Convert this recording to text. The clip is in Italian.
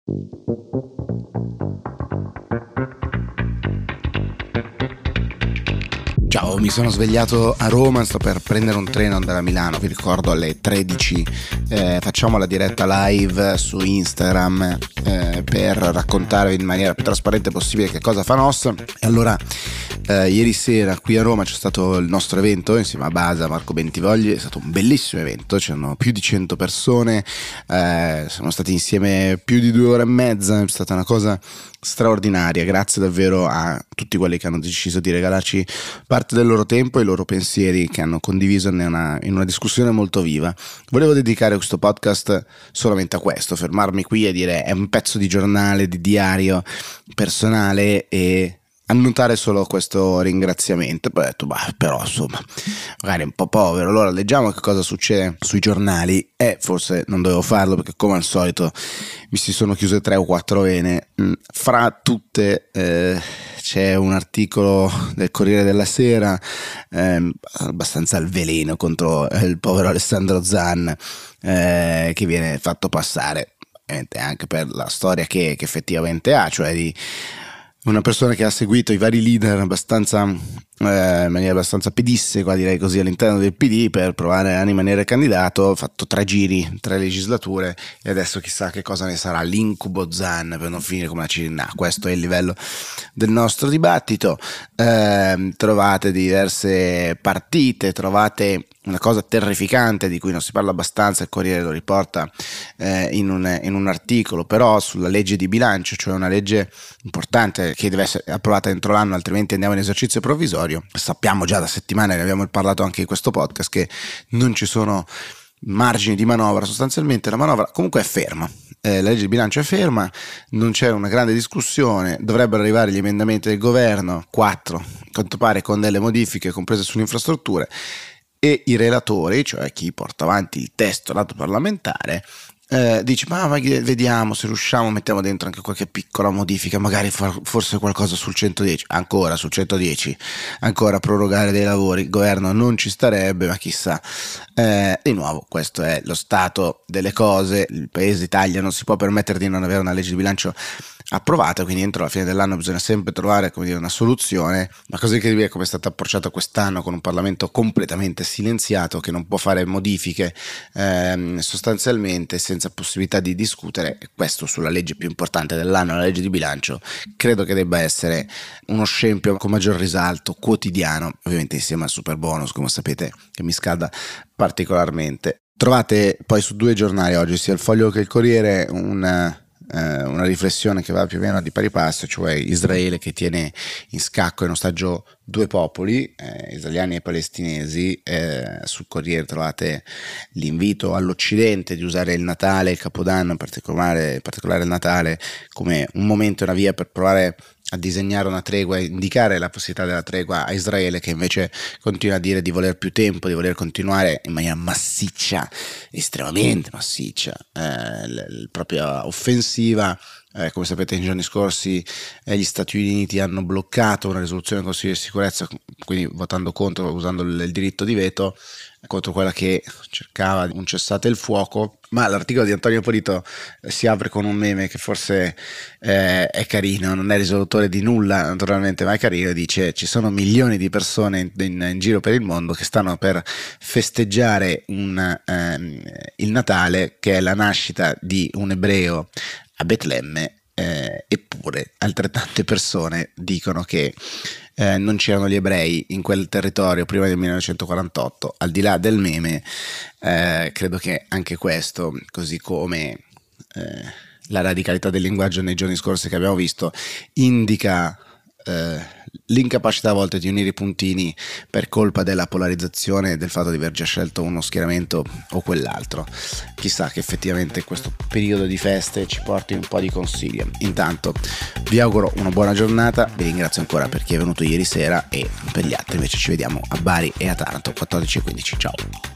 Ciao, mi sono svegliato a Roma, sto per prendere un treno da Milano, vi ricordo alle 13 facciamo la diretta live su Instagram per raccontarvi in maniera più trasparente possibile che cosa fa NOS. E allora ieri sera qui a Roma c'è stato il nostro evento insieme a Basa, Marco Bentivogli, è stato un bellissimo evento, c'erano più di 100 persone, siamo stati insieme più di 2 ore e mezza, è stata una cosa straordinaria. Grazie davvero a tutti quelli che hanno deciso di regalarci parte del loro tempo e i loro pensieri, che hanno condiviso in una discussione molto viva. Volevo dedicare questo podcast solamente a questo, fermarmi qui e dire è un pezzo di giornale, di diario personale, e annotare solo questo ringraziamento. Poi ho detto però insomma magari è un po' povero, allora leggiamo che cosa succede sui giornali, e forse non dovevo farlo perché come al solito mi si sono chiuse 3 o 4 vene. Fra tutte c'è un articolo del Corriere della Sera abbastanza al veleno contro il povero Alessandro Zan, che viene fatto passare anche per la storia che effettivamente ha, cioè di una persona che ha seguito i vari leader in maniera abbastanza pedissequa, direi così, all'interno del PD per provare a rimanere candidato. Ha fatto 3 giri, 3 legislature, e adesso chissà che cosa ne sarà l'incubo Zan per non finire come la Cirinna. Questo è il livello del nostro dibattito. Trovate diverse partite, trovate una cosa terrificante di cui non si parla abbastanza, il Corriere lo riporta in un articolo, però sulla legge di bilancio, cioè una legge importante che deve essere approvata entro l'anno, altrimenti andiamo in esercizio provvisorio. Sappiamo già da settimane, ne abbiamo parlato anche in questo podcast, che non ci sono margini di manovra, sostanzialmente la manovra comunque è ferma. La legge di bilancio è ferma, non c'è una grande discussione, dovrebbero arrivare gli emendamenti del governo, 4, a quanto pare, con delle modifiche comprese sulle infrastrutture, e i relatori, cioè chi porta avanti il testo lato parlamentare, dice ma vediamo se riusciamo, mettiamo dentro anche qualche piccola modifica, magari forse qualcosa sul 110, ancora sul 110, ancora prorogare dei lavori. Il governo non ci starebbe, ma chissà. Di nuovo, questo è lo stato delle cose. Il paese Italia non si può permettere di non avere una legge di bilancio approvata, quindi entro la fine dell'anno bisogna sempre trovare, come dire, una soluzione. La cosa incredibile è come è stata approcciata quest'anno, con un Parlamento completamente silenziato che non può fare modifiche sostanzialmente, senza possibilità di discutere. E questo sulla legge più importante dell'anno, la legge di bilancio, credo che debba essere uno scempio con maggior risalto quotidiano, ovviamente insieme al super bonus, come sapete, che mi scalda particolarmente. Trovate poi su 2 giornali oggi, sia il Foglio che il Corriere, una riflessione che va più o meno di pari passo, cioè Israele che tiene in scacco in ostaggio 2 popoli, israeliani e palestinesi. Sul Corriere trovate l'invito all'Occidente di usare il Natale, il Capodanno, in particolare il Natale, come un momento e una via per provare a disegnare una tregua, indicare la possibilità della tregua a Israele, che invece continua a dire di voler più tempo, di voler continuare in maniera massiccia, estremamente massiccia, la propria offensiva. Come sapete, nei giorni scorsi gli Stati Uniti hanno bloccato una risoluzione del Consiglio di sicurezza, quindi votando contro, usando il diritto di veto, contro quella che cercava un cessate il fuoco. Ma l'articolo di Antonio Polito si apre con un meme che forse è carino, non è risolutore di nulla naturalmente, ma è carino. Dice: ci sono milioni di persone in giro per il mondo che stanno per festeggiare il Natale, che è la nascita di un ebreo a Betlemme, eppure altrettante persone dicono che non c'erano gli ebrei in quel territorio prima del 1948. Al di là del meme, credo che anche questo, così come la radicalità del linguaggio nei giorni scorsi che abbiamo visto, indica l'incapacità a volte di unire i puntini per colpa della polarizzazione e del fatto di aver già scelto uno schieramento o quell'altro. Chissà che effettivamente questo periodo di feste ci porti un po' di consigli. Intanto vi auguro una buona giornata, vi ringrazio ancora per chi è venuto ieri sera, e per gli altri invece ci vediamo a Bari e a Taranto 14 e 15. Ciao.